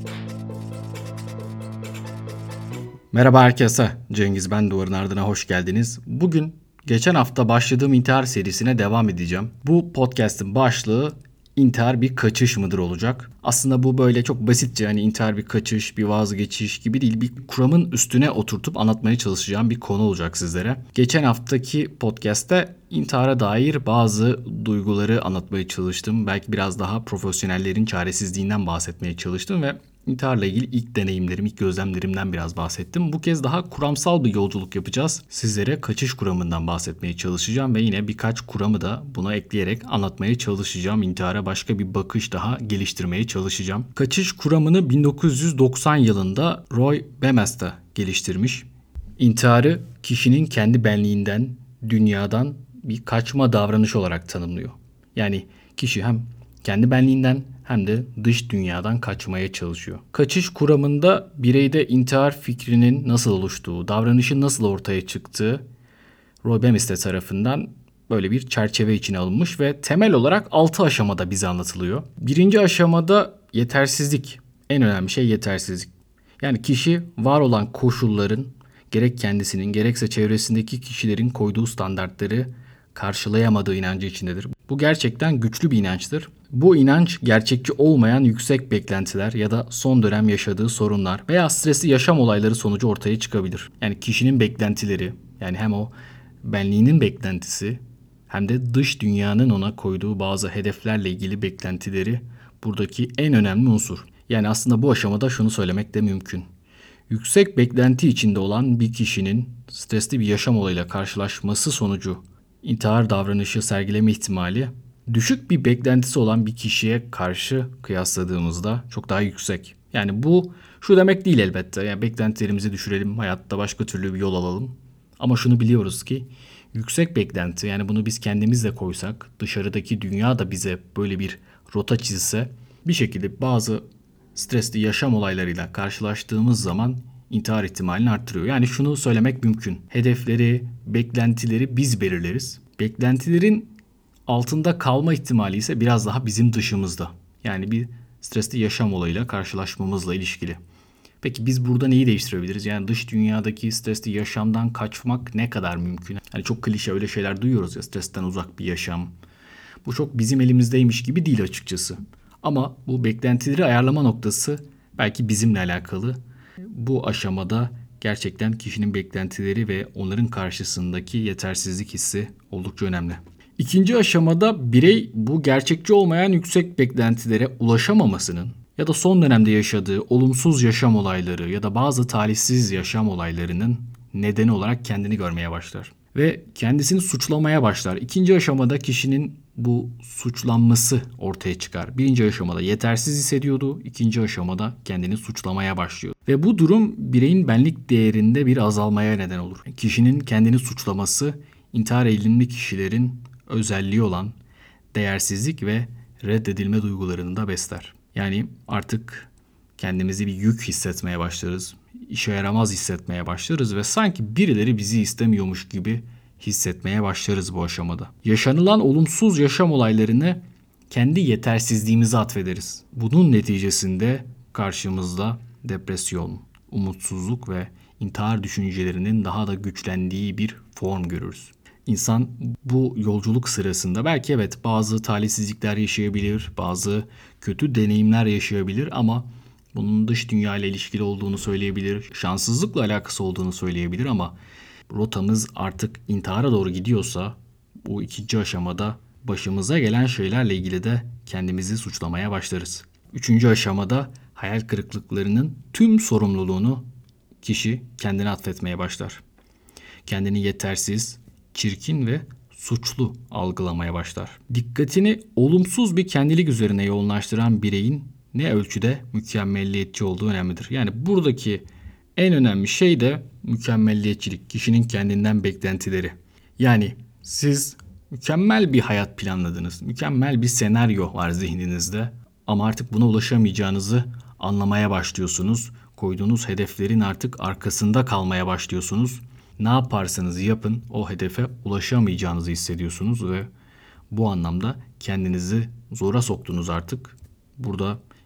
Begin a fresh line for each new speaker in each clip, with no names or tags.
Merhaba herkese. Cengiz ben Duvarın Ardına hoş geldiniz. Bugün geçen hafta başladığım intihar serisine devam edeceğim. Bu podcast'in başlığı intihar bir kaçış mıdır olacak. Aslında bu böyle çok basitçe intihar bir kaçış, bir vazgeçiş gibi değil. Bir kuramın üstüne oturtup anlatmaya çalışacağım bir konu olacak sizlere. Geçen haftaki podcast'te intihara dair bazı duyguları anlatmaya çalıştım. Belki biraz daha profesyonellerin çaresizliğinden bahsetmeye çalıştım ve İntiharla ilgili ilk deneyimlerim, ilk gözlemlerimden biraz bahsettim. Bu kez daha kuramsal bir yolculuk yapacağız. Sizlere kaçış kuramından bahsetmeye çalışacağım ve yine birkaç kuramı da buna ekleyerek anlatmaya çalışacağım. İntihara başka bir bakış daha geliştirmeye çalışacağım. Kaçış kuramını 1990 yılında Roy Baumeister geliştirmiş. İntiharı kişinin kendi benliğinden, dünyadan bir kaçma davranışı olarak tanımlıyor. Yani kişi hem kendi benliğinden hem de dış dünyadan kaçmaya çalışıyor. Kaçış kuramında bireyde intihar fikrinin nasıl oluştuğu, davranışın nasıl ortaya çıktığı Roy Baumeister tarafından böyle bir çerçeve içine alınmış ve temel olarak 6 aşamada bize anlatılıyor. Birinci aşamada yetersizlik. En önemli şey yetersizlik. Yani kişi var olan koşulların gerek kendisinin gerekse çevresindeki kişilerin koyduğu standartları karşılayamadığı inancı içindedir. Bu gerçekten güçlü bir inançtır. Bu inanç gerçekçi olmayan yüksek beklentiler ya da son dönem yaşadığı sorunlar veya stresli yaşam olayları sonucu ortaya çıkabilir. Yani kişinin beklentileri, yani hem o benliğinin beklentisi hem de dış dünyanın ona koyduğu bazı hedeflerle ilgili beklentileri buradaki en önemli unsur. Yani aslında bu aşamada şunu söylemek de mümkün. Yüksek beklenti içinde olan bir kişinin stresli bir yaşam olayıyla karşılaşması sonucu intihar davranışı sergileme ihtimali düşük bir beklentisi olan bir kişiye karşı kıyasladığımızda çok daha yüksek. Yani bu şu demek değil elbette. Yani beklentilerimizi düşürelim, hayatta başka türlü bir yol alalım. Ama şunu biliyoruz ki yüksek beklenti, yani bunu biz kendimiz de koysak, dışarıdaki dünya da bize böyle bir rota çizse, bir şekilde bazı stresli yaşam olaylarıyla karşılaştığımız zaman intihar ihtimalini arttırıyor. Yani şunu söylemek mümkün. Hedefleri, beklentileri biz belirleriz. Beklentilerin altında kalma ihtimali ise biraz daha bizim dışımızda. Yani bir stresli yaşam olayıyla karşılaşmamızla ilişkili. Peki biz burada neyi değiştirebiliriz? Yani dış dünyadaki stresli yaşamdan kaçmak ne kadar mümkün? Hani çok klişe öyle şeyler duyuyoruz ya, stresten uzak bir yaşam. Bu çok bizim elimizdeymiş gibi değil açıkçası. Ama bu beklentileri ayarlama noktası belki bizimle alakalı. Bu aşamada gerçekten kişinin beklentileri ve onların karşısındaki yetersizlik hissi oldukça önemli. İkinci aşamada birey bu gerçekçi olmayan yüksek beklentilere ulaşamamasının ya da son dönemde yaşadığı olumsuz yaşam olayları ya da bazı talihsiz yaşam olaylarının nedeni olarak kendini görmeye başlar. Ve kendisini suçlamaya başlar. İkinci aşamada kişinin bu suçlanması ortaya çıkar. Birinci aşamada yetersiz hissediyordu. İkinci aşamada kendini suçlamaya başlıyor. Ve bu durum bireyin benlik değerinde bir azalmaya neden olur. Kişinin kendini suçlaması intihar eğilimli kişilerin özelliği olan değersizlik ve reddedilme duygularını da besler. Yani artık kendimizi bir yük hissetmeye başlarız. İşe yaramaz hissetmeye başlarız ve sanki birileri bizi istemiyormuş gibi hissetmeye başlarız bu aşamada. Yaşanılan olumsuz yaşam olaylarını kendi yetersizliğimize atfederiz. Bunun neticesinde karşımızda depresyon, umutsuzluk ve intihar düşüncelerinin daha da güçlendiği bir form görürüz. İnsan bu yolculuk sırasında belki evet bazı talihsizlikler yaşayabilir, bazı kötü deneyimler yaşayabilir ama bunun dış dünya ile ilişkili olduğunu söyleyebilir, şanssızlıkla alakası olduğunu söyleyebilir ama rotamız artık intihara doğru gidiyorsa bu ikinci aşamada başımıza gelen şeylerle ilgili de kendimizi suçlamaya başlarız. Üçüncü aşamada hayal kırıklıklarının tüm sorumluluğunu kişi kendine atfetmeye başlar. Kendini yetersiz, çirkin ve suçlu algılamaya başlar. Dikkatini olumsuz bir kendilik üzerine yoğunlaştıran bireyin ne ölçüde mükemmelliyetçi olduğu önemlidir. Yani buradaki en önemli şey de mükemmelliyetçilik, kişinin kendinden beklentileri. Yani siz mükemmel bir hayat planladınız, mükemmel bir senaryo var zihninizde ama artık buna ulaşamayacağınızı anlamaya başlıyorsunuz. Koyduğunuz hedeflerin artık arkasında kalmaya başlıyorsunuz. Ne yaparsanız yapın o hedefe ulaşamayacağınızı hissediyorsunuz ve bu anlamda kendinizi zora soktunuz artık. Burada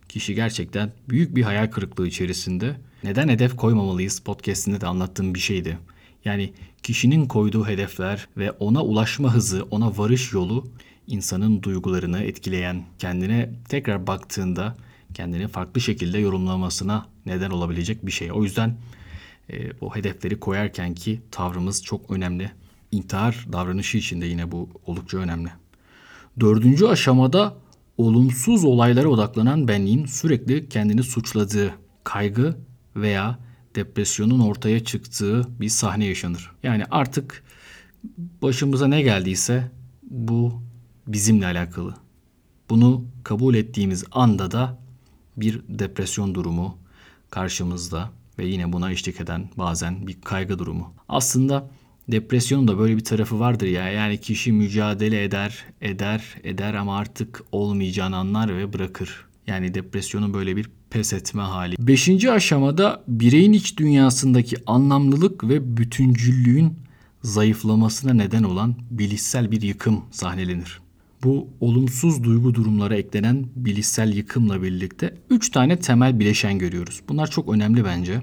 kişi gerçekten büyük bir hayal kırıklığı içerisinde. Neden hedef koymamalıyız podcast'inde de anlattığım bir şeydi. Yani kişinin koyduğu hedefler ve ona ulaşma hızı, ona varış yolu insanın duygularını etkileyen, kendine tekrar baktığında kendini farklı şekilde yorumlamasına neden olabilecek bir şey. O yüzden o hedefleri koyarken ki tavrımız çok önemli. İntihar davranışı için de yine bu oldukça önemli. Dördüncü aşamada olumsuz olaylara odaklanan benliğin sürekli kendini suçladığı, kaygı veya depresyonun ortaya çıktığı bir sahne yaşanır. Yani artık başımıza ne geldiyse bu bizimle alakalı. Bunu kabul ettiğimiz anda da bir depresyon durumu karşımızda ve yine buna eşlik eden bazen bir kaygı durumu. Aslında depresyonun da böyle bir tarafı vardır ya. Yani kişi mücadele eder ama artık olmayacağını anlar ve bırakır. Yani depresyonun böyle bir pes etme hali. Beşinci aşamada bireyin iç dünyasındaki anlamlılık ve bütüncüllüğün zayıflamasına neden olan bilişsel bir yıkım sahnelenir. Bu olumsuz duygu durumlara eklenen bilişsel yıkımla birlikte 3 tane temel bileşen görüyoruz. Bunlar çok önemli bence.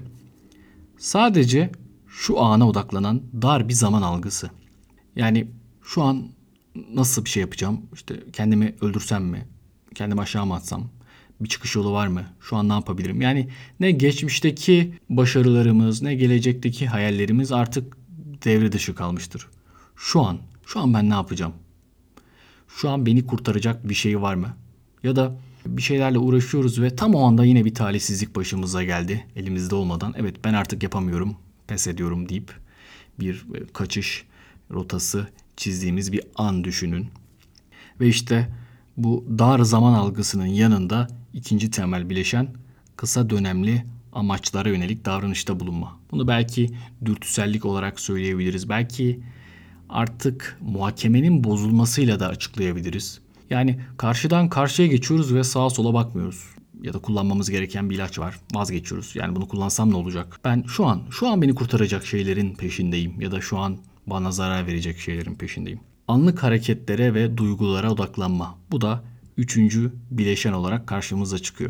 Sadece şu ana odaklanan dar bir zaman algısı. Yani şu an nasıl bir şey yapacağım? İşte kendimi öldürsem mi? Kendimi aşağı mı atsam? Bir çıkış yolu var mı? Şu an ne yapabilirim? Yani ne geçmişteki başarılarımız ne gelecekteki hayallerimiz artık devre dışı kalmıştır. Şu an ben ne yapacağım? Şu an beni kurtaracak bir şey var mı? Ya da bir şeylerle uğraşıyoruz ve tam o anda yine bir talihsizlik başımıza geldi. Elimizde olmadan evet ben artık yapamıyorum, pes ediyorum deyip bir kaçış rotası çizdiğimiz bir an düşünün. Ve işte bu dar zaman algısının yanında ikinci temel bileşen kısa dönemli amaçlara yönelik davranışta bulunma. Bunu belki dürtüsellik olarak söyleyebiliriz. Belki artık muhakemenin bozulmasıyla da açıklayabiliriz. Yani karşıdan karşıya geçiyoruz ve sağa sola bakmıyoruz. Ya da kullanmamız gereken bir ilaç var. Vazgeçiyoruz. Yani bunu kullansam ne olacak? Ben şu an beni kurtaracak şeylerin peşindeyim. Ya da şu an bana zarar verecek şeylerin peşindeyim. Anlık hareketlere ve duygulara odaklanma. Bu da üçüncü bileşen olarak karşımıza çıkıyor.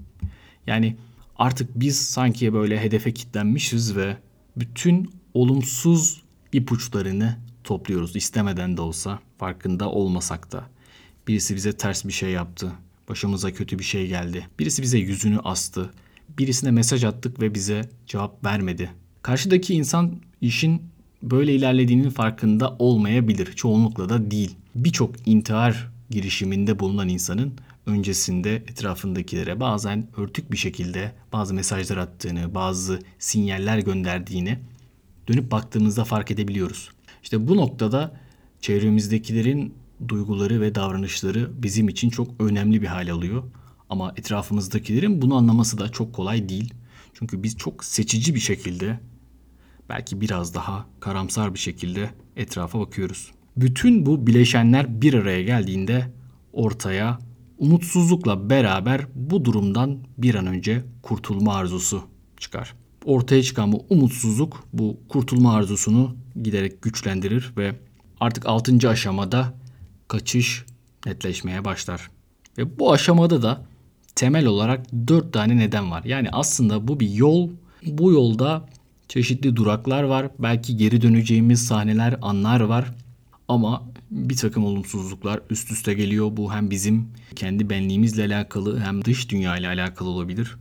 Yani artık biz sanki böyle hedefe kilitlenmişiz ve bütün olumsuz ipuçlarını topluyoruz. İstemeden de olsa, farkında olmasak da. Birisi bize ters bir şey yaptı. Başımıza kötü bir şey geldi. Birisi bize yüzünü astı. Birisine mesaj attık ve bize cevap vermedi. Karşıdaki insan işin böyle ilerlediğinin farkında olmayabilir. Çoğunlukla da değil. Birçok intihar girişiminde bulunan insanın öncesinde etrafındakilere bazen örtük bir şekilde bazı mesajlar attığını, bazı sinyaller gönderdiğini dönüp baktığımızda fark edebiliyoruz. İşte bu noktada çevremizdekilerin duyguları ve davranışları bizim için çok önemli bir hal alıyor. Ama etrafımızdakilerin bunu anlaması da çok kolay değil. Çünkü biz çok seçici bir şekilde, belki biraz daha karamsar bir şekilde etrafa bakıyoruz. Bütün bu bileşenler bir araya geldiğinde ortaya umutsuzlukla beraber bu durumdan bir an önce kurtulma arzusu çıkar. Ortaya çıkan bu umutsuzluk bu kurtulma arzusunu giderek güçlendirir ve artık 6. aşamada kaçış netleşmeye başlar. Ve bu aşamada da temel olarak 4 tane neden var. Yani aslında bu bir yol. Bu yolda çeşitli duraklar var. Belki geri döneceğimiz sahneler, anlar var. Ama bir takım olumsuzluklar üst üste geliyor. Bu hem bizim kendi benliğimizle alakalı hem dış dünya ile alakalı olabilir.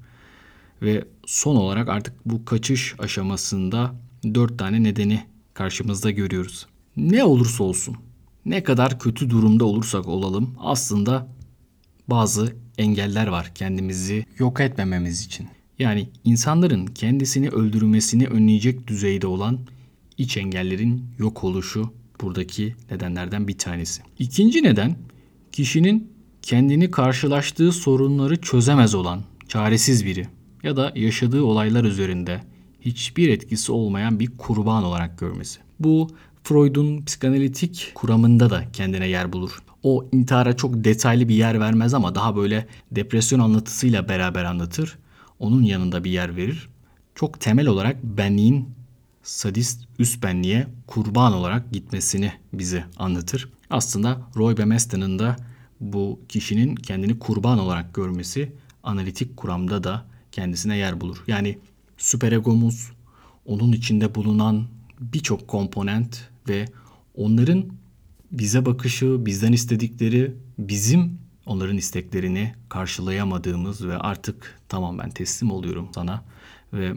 Ve son olarak artık bu kaçış aşamasında 4 tane nedeni karşımızda görüyoruz. Ne olursa olsun, ne kadar kötü durumda olursak olalım aslında bazı engeller var kendimizi yok etmememiz için. Yani insanların kendisini öldürmesini önleyecek düzeyde olan iç engellerin yok oluşu buradaki nedenlerden bir tanesi. İkinci neden kişinin kendini karşılaştığı sorunları çözemez olan çaresiz biri ya da yaşadığı olaylar üzerinde hiçbir etkisi olmayan bir kurban olarak görmesi. Bu Freud'un psikanalitik kuramında da kendine yer bulur. O intihara çok detaylı bir yer vermez ama daha böyle depresyon anlatısıyla beraber anlatır. Onun yanında bir yer verir. Çok temel olarak benliğin sadist üst benliğe kurban olarak gitmesini bize anlatır. Aslında Roy B. Masten'ın da bu kişinin kendini kurban olarak görmesi analitik kuramda da kendisine yer bulur. Yani süperegomuz, onun içinde bulunan birçok komponent ve onların bize bakışı, bizden istedikleri, bizim onların isteklerini karşılayamadığımız ve artık tamam ben teslim oluyorum sana ve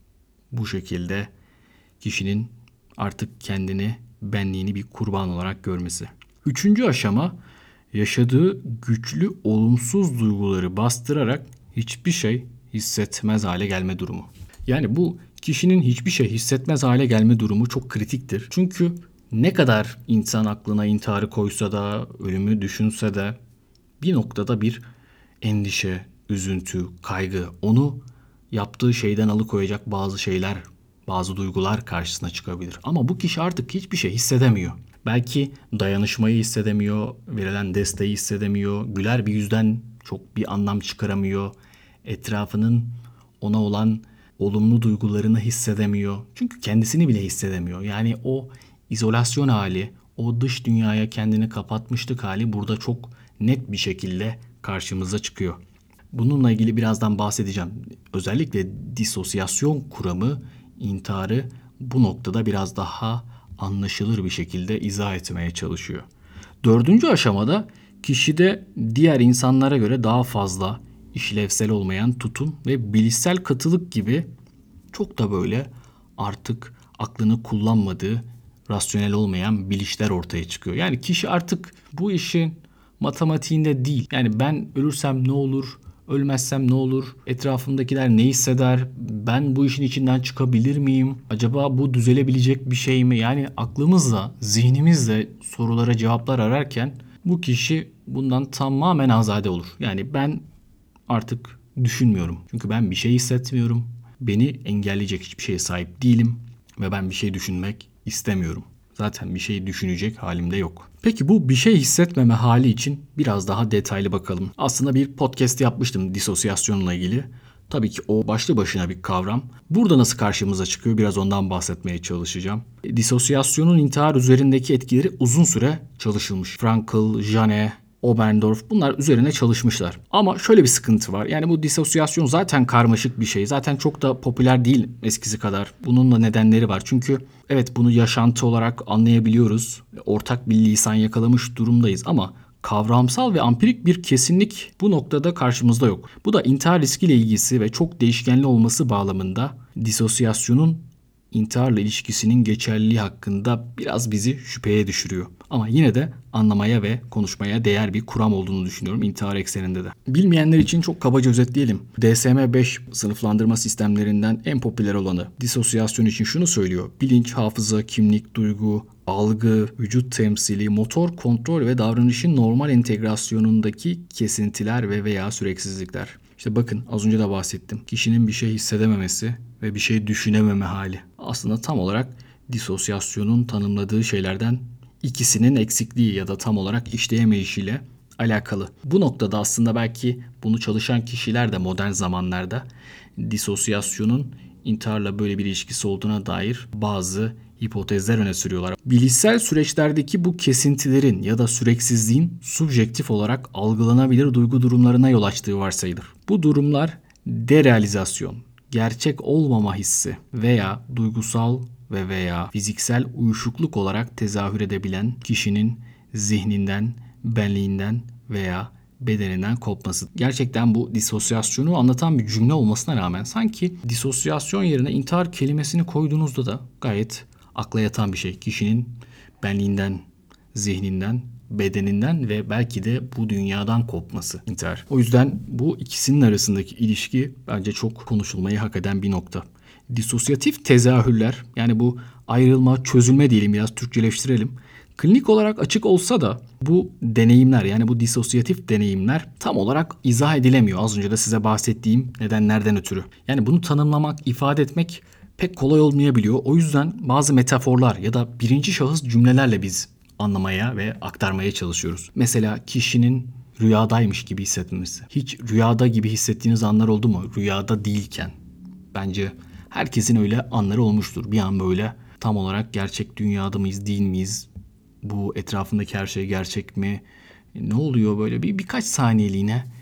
bu şekilde kişinin artık kendini, benliğini bir kurban olarak görmesi. Üçüncü aşama yaşadığı güçlü olumsuz duyguları bastırarak hiçbir şey hissetmez hale gelme durumu. Yani bu kişinin hiçbir şey hissetmez hale gelme durumu çok kritiktir. Çünkü ne kadar insan aklına intiharı koysa da, ölümü düşünse de bir noktada bir endişe, üzüntü, kaygı, onu yaptığı şeyden alıkoyacak bazı şeyler, bazı duygular karşısına çıkabilir. Ama bu kişi artık hiçbir şey hissedemiyor. Belki dayanışmayı hissedemiyor, verilen desteği hissedemiyor, güler bir yüzden çok bir anlam çıkaramıyor, etrafının ona olan olumlu duygularını hissedemiyor. Çünkü kendisini bile hissedemiyor. Yani o izolasyon hali, o dış dünyaya kendini kapatmışlık hali burada çok net bir şekilde karşımıza çıkıyor. Bununla ilgili birazdan bahsedeceğim. Özellikle disosyasyon kuramı intiharı bu noktada biraz daha anlaşılır bir şekilde izah etmeye çalışıyor. Dördüncü aşamada kişide diğer insanlara göre daha fazla işlevsel olmayan tutum ve bilişsel katılık gibi çok da böyle artık aklını kullanmadığı, rasyonel olmayan bilişler ortaya çıkıyor. Yani kişi artık bu işin matematiğinde değil. Yani ben ölürsem ne olur, ölmezsem ne olur, etrafımdakiler ne hisseder, ben bu işin içinden çıkabilir miyim, acaba bu düzelebilecek bir şey mi? Yani aklımızla, zihnimizle sorulara cevaplar ararken bu kişi bundan tamamen azade olur. Yani ben artık düşünmüyorum. Çünkü ben bir şey hissetmiyorum. Beni engelleyecek hiçbir şeye sahip değilim ve ben bir şey düşünmek istemiyorum. Zaten bir şey düşünecek halimde yok. Peki bu bir şey hissetmeme hali için biraz daha detaylı bakalım. Aslında bir podcast yapmıştım disosyasyonla ilgili. Tabii ki o başlı başına bir kavram. Burada nasıl karşımıza çıkıyor biraz ondan bahsetmeye çalışacağım. Disosyasyonun intihar üzerindeki etkileri uzun süre çalışılmış. Frankl, Janet, Oberndorf bunlar üzerine çalışmışlar. Ama şöyle bir sıkıntı var. Yani bu disosyasyon zaten karmaşık bir şey. Zaten çok da popüler değil eskisi kadar. Bunun da nedenleri var. Çünkü evet bunu yaşantı olarak anlayabiliyoruz. Ortak bir lisan yakalamış durumdayız ama kavramsal ve ampirik bir kesinlik bu noktada karşımızda yok. Bu da intihar riskiyle ilgisi ve çok değişkenli olması bağlamında disosyasyonun intiharla ilişkisinin geçerliliği hakkında biraz bizi şüpheye düşürüyor. Ama yine de anlamaya ve konuşmaya değer bir kuram olduğunu düşünüyorum intihar ekseninde de. Bilmeyenler için çok kabaca özetleyelim. DSM-5 sınıflandırma sistemlerinden en popüler olanı disosyasyon için şunu söylüyor. Bilinç, hafıza, kimlik, duygu, algı, vücut temsili, motor kontrol ve davranışın normal entegrasyonundaki kesintiler ve veya süreksizlikler. İşte bakın az önce de bahsettim. Kişinin bir şey hissedememesi ve bir şey düşünememe hali. Aslında tam olarak disosyasyonun tanımladığı şeylerden ikisinin eksikliği ya da tam olarak işleyemeyişiyle alakalı. Bu noktada aslında belki bunu çalışan kişiler de modern zamanlarda disosyasyonun intiharla böyle bir ilişkisi olduğuna dair bazı hipotezler öne sürüyorlar. Bilişsel süreçlerdeki bu kesintilerin ya da süreksizliğin subjektif olarak algılanabilir duygu durumlarına yol açtığı varsayılır. Bu durumlar derealizasyon, gerçek olmama hissi veya duygusal ve veya fiziksel uyuşukluk olarak tezahür edebilen kişinin zihninden, benliğinden veya bedeninden kopması. Gerçekten bu disosyasyonu anlatan bir cümle olmasına rağmen sanki disosyasyon yerine intihar kelimesini koyduğunuzda da gayet akla yatan bir şey. Kişinin benliğinden, zihninden, bedeninden ve belki de bu dünyadan kopması intihar. O yüzden bu ikisinin arasındaki ilişki bence çok konuşulmayı hak eden bir nokta. Disosyatif tezahürler yani bu ayrılma, çözülme diyelim biraz Türkçeleştirelim. Klinik olarak açık olsa da bu deneyimler yani bu disosyatif deneyimler tam olarak izah edilemiyor. Az önce de size bahsettiğim nedenlerden ötürü. Yani bunu tanımlamak, ifade etmek pek kolay olmayabiliyor. O yüzden bazı metaforlar ya da birinci şahıs cümlelerle biz anlamaya ve aktarmaya çalışıyoruz. Mesela kişinin rüyadaymış gibi hissetmesi. Hiç rüyada gibi hissettiğiniz anlar oldu mu? Rüyada değilken. Bence herkesin öyle anları olmuştur. Bir an böyle tam olarak gerçek dünyada mıyız, değil miyiz? Bu etrafındaki her şey gerçek mi? Ne oluyor böyle birkaç saniyeliğine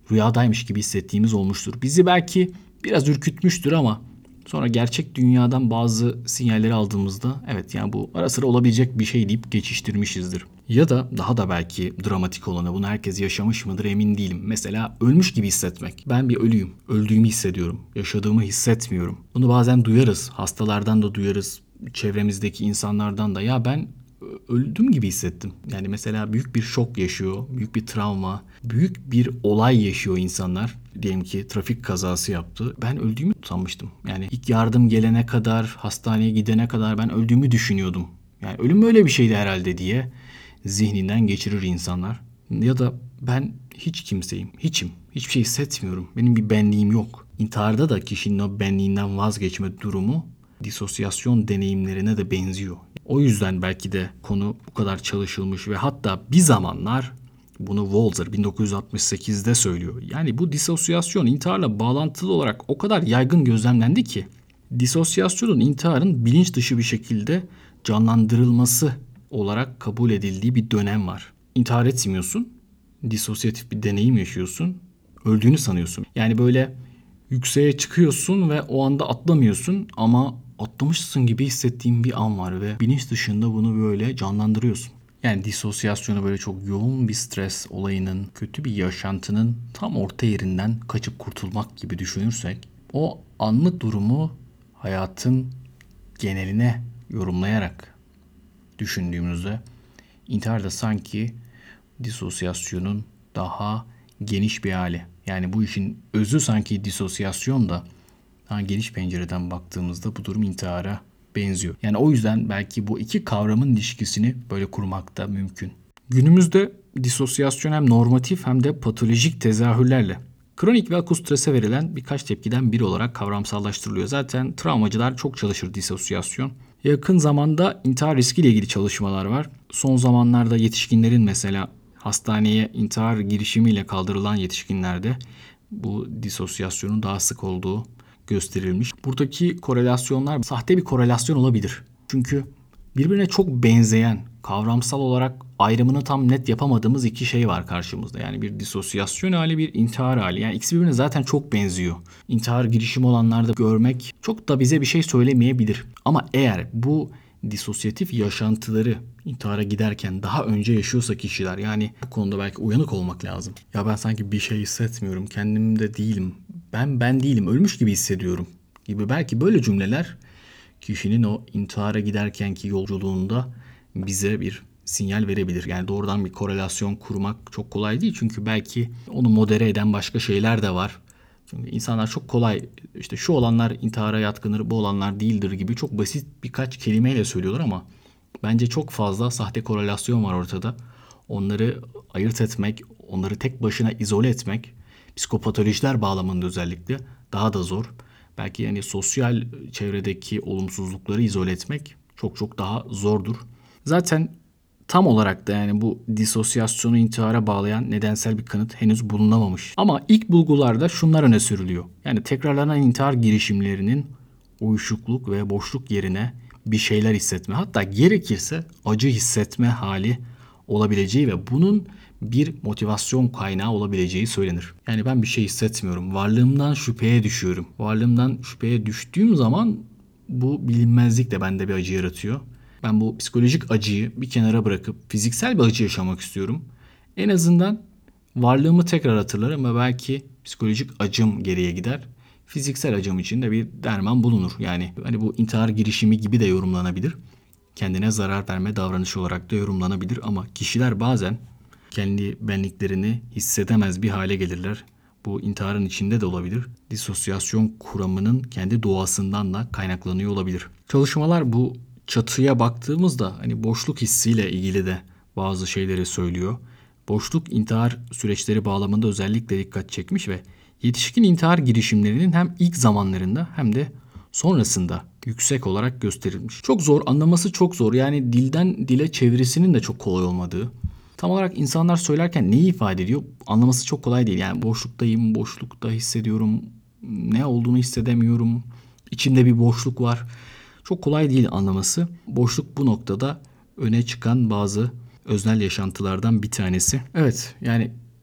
rüyadaymış gibi hissettiğimiz olmuştur. Bizi belki biraz ürkütmüştür ama sonra gerçek dünyadan bazı sinyalleri aldığımızda evet yani bu ara sıra olabilecek bir şey deyip geçiştirmişizdir. Ya da daha da belki dramatik olanı, bunu herkes yaşamış mıdır emin değilim. Mesela ölmüş gibi hissetmek. Ben bir ölüyüm. Öldüğümü hissediyorum. Yaşadığımı hissetmiyorum. Bunu bazen duyarız. Hastalardan da duyarız. Çevremizdeki insanlardan da. Ya ben öldüm gibi hissettim. Yani mesela büyük bir şok yaşıyor, büyük bir travma, büyük bir olay yaşıyor insanlar. Diyelim ki trafik kazası yaptı. Ben öldüğümü sanmıştım. Yani ilk yardım gelene kadar, hastaneye gidene kadar ben öldüğümü düşünüyordum. Yani ölüm öyle bir şeydi herhalde diye zihninden geçirir insanlar. Ya da ben hiç kimseyim, hiçim. Hiçbir şey hissetmiyorum. Benim bir benliğim yok. İntiharda da kişinin o benliğinden vazgeçme durumu disosyasyon deneyimlerine de benziyor. O yüzden belki de konu bu kadar çalışılmış ve hatta bir zamanlar bunu Walzer 1968'de söylüyor. Yani bu disosyasyon intiharla bağlantılı olarak o kadar yaygın gözlemlendi ki disosyasyonun intiharın bilinç dışı bir şekilde canlandırılması olarak kabul edildiği bir dönem var. İntihar etmiyorsun, disosyatif bir deneyim yaşıyorsun, öldüğünü sanıyorsun. Yani böyle yükseğe çıkıyorsun ve o anda atlamıyorsun ama atlamışsın gibi hissettiğin bir an var ve bilinç dışında bunu böyle canlandırıyorsun. Yani disosyasyonu böyle çok yoğun bir stres olayının, kötü bir yaşantının tam orta yerinden kaçıp kurtulmak gibi düşünürsek, o anlık durumu hayatın geneline yorumlayarak düşündüğümüzde intihar da sanki disosyasyonun daha geniş bir hali. Yani bu işin özü sanki disosyasyon da daha geniş pencereden baktığımızda bu durum intihara benziyor. Yani o yüzden belki bu iki kavramın ilişkisini böyle kurmak da mümkün. Günümüzde disosyasyon hem normatif hem de patolojik tezahürlerle kronik ve akut strese verilen birkaç tepkiden biri olarak kavramsallaştırılıyor. Zaten travmacılar çok çalışır disosyasyon. Yakın zamanda intihar riskiyle ilgili çalışmalar var. Son zamanlarda yetişkinlerin mesela hastaneye intihar girişimiyle kaldırılan yetişkinlerde bu disosyasyonun daha sık olduğu gösterilmiş. Buradaki korelasyonlar sahte bir korelasyon olabilir. Çünkü birbirine çok benzeyen, kavramsal olarak ayrımını tam net yapamadığımız iki şey var karşımızda. Yani bir disosyasyon hali, bir intihar hali. Yani ikisi birbirine zaten çok benziyor. İntihar girişimi olanlarda görmek çok da bize bir şey söylemeyebilir. Ama eğer bu disosyatif yaşantıları intihara giderken daha önce yaşıyorsa kişiler, yani bu konuda belki uyanık olmak lazım. Ya ben sanki bir şey hissetmiyorum, kendimde değilim, ben değilim, ölmüş gibi hissediyorum gibi belki böyle cümleler kişinin o intihara giderkenki yolculuğunda bize bir sinyal verebilir. Yani doğrudan bir korelasyon kurmak çok kolay değil. Çünkü belki onu modere eden başka şeyler de var. Çünkü insanlar çok kolay işte şu olanlar intihara yatkındır, bu olanlar değildir gibi çok basit birkaç kelimeyle söylüyorlar ama bence çok fazla sahte korelasyon var ortada. Onları ayırt etmek, onları tek başına izole etmek, psikopatolojiler bağlamında özellikle daha da zor. Belki yani sosyal çevredeki olumsuzlukları izole etmek çok çok daha zordur. Zaten tam olarak da yani bu disosyasyonu intihara bağlayan nedensel bir kanıt henüz bulunamamış. Ama ilk bulgularda şunlar öne sürülüyor. Yani tekrarlanan intihar girişimlerinin uyuşukluk ve boşluk yerine bir şeyler hissetme, hatta gerekirse acı hissetme hali olabileceği ve bunun bir motivasyon kaynağı olabileceği söylenir. Yani ben bir şey hissetmiyorum. Varlığımdan şüpheye düşüyorum. Varlığımdan şüpheye düştüğüm zaman bu bilinmezlik de bende bir acı yaratıyor. Ben bu psikolojik acıyı bir kenara bırakıp fiziksel bir acı yaşamak istiyorum. En azından varlığımı tekrar hatırlarım ve belki psikolojik acım geriye gider. Fiziksel acım için de bir derman bulunur. Yani hani bu intihar girişimi gibi de yorumlanabilir. Kendine zarar verme davranışı olarak da yorumlanabilir ama kişiler bazen kendi benliklerini hissedemez bir hale gelirler. Bu intiharın içinde de olabilir. Disosyasyon kuramının kendi doğasından da kaynaklanıyor olabilir. Çalışmalar bu çatıya baktığımızda hani boşluk hissiyle ilgili de bazı şeyleri söylüyor. Boşluk intihar süreçleri bağlamında özellikle dikkat çekmiş ve yetişkin intihar girişimlerinin hem ilk zamanlarında hem de sonrasında yüksek olarak gösterilmiş. Çok zor, anlaması çok zor. Yani dilden dile çevirisinin de çok kolay olmadığı. Tam olarak insanlar söylerken neyi ifade ediyor anlaması çok kolay değil. Yani boşluktayım, boşlukta hissediyorum, ne olduğunu hissedemiyorum, içimde bir boşluk var. Çok kolay değil anlaması. Boşluk bu noktada öne çıkan bazı öznel yaşantılardan bir tanesi. Evet, yani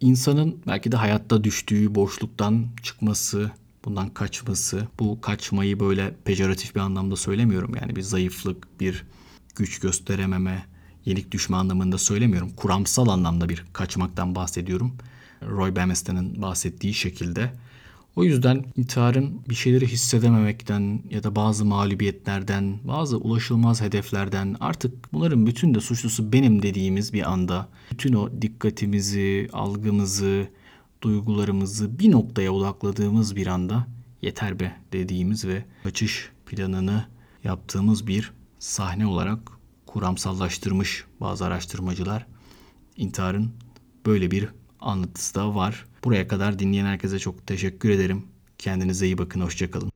insanın belki de hayatta düştüğü boşluktan çıkması, bundan kaçması, bu kaçmayı böyle pejoratif bir anlamda söylemiyorum. Yani bir zayıflık, bir güç gösterememe, yenik düşme anlamında söylemiyorum. Kuramsal anlamda bir kaçmaktan bahsediyorum. Roy Baumeister'ın bahsettiği şekilde. O yüzden intiharın bir şeyleri hissedememekten ya da bazı mağlubiyetlerden, bazı ulaşılmaz hedeflerden, artık bunların bütün de suçlusu benim dediğimiz bir anda bütün o dikkatimizi, algımızı, duygularımızı bir noktaya odakladığımız bir anda yeter be dediğimiz ve kaçış planını yaptığımız bir sahne olarak kuramsallaştırmış bazı araştırmacılar. İntiharın böyle bir anlatısı da var. Buraya kadar dinleyen herkese çok teşekkür ederim. Kendinize iyi bakın, hoşça kalın.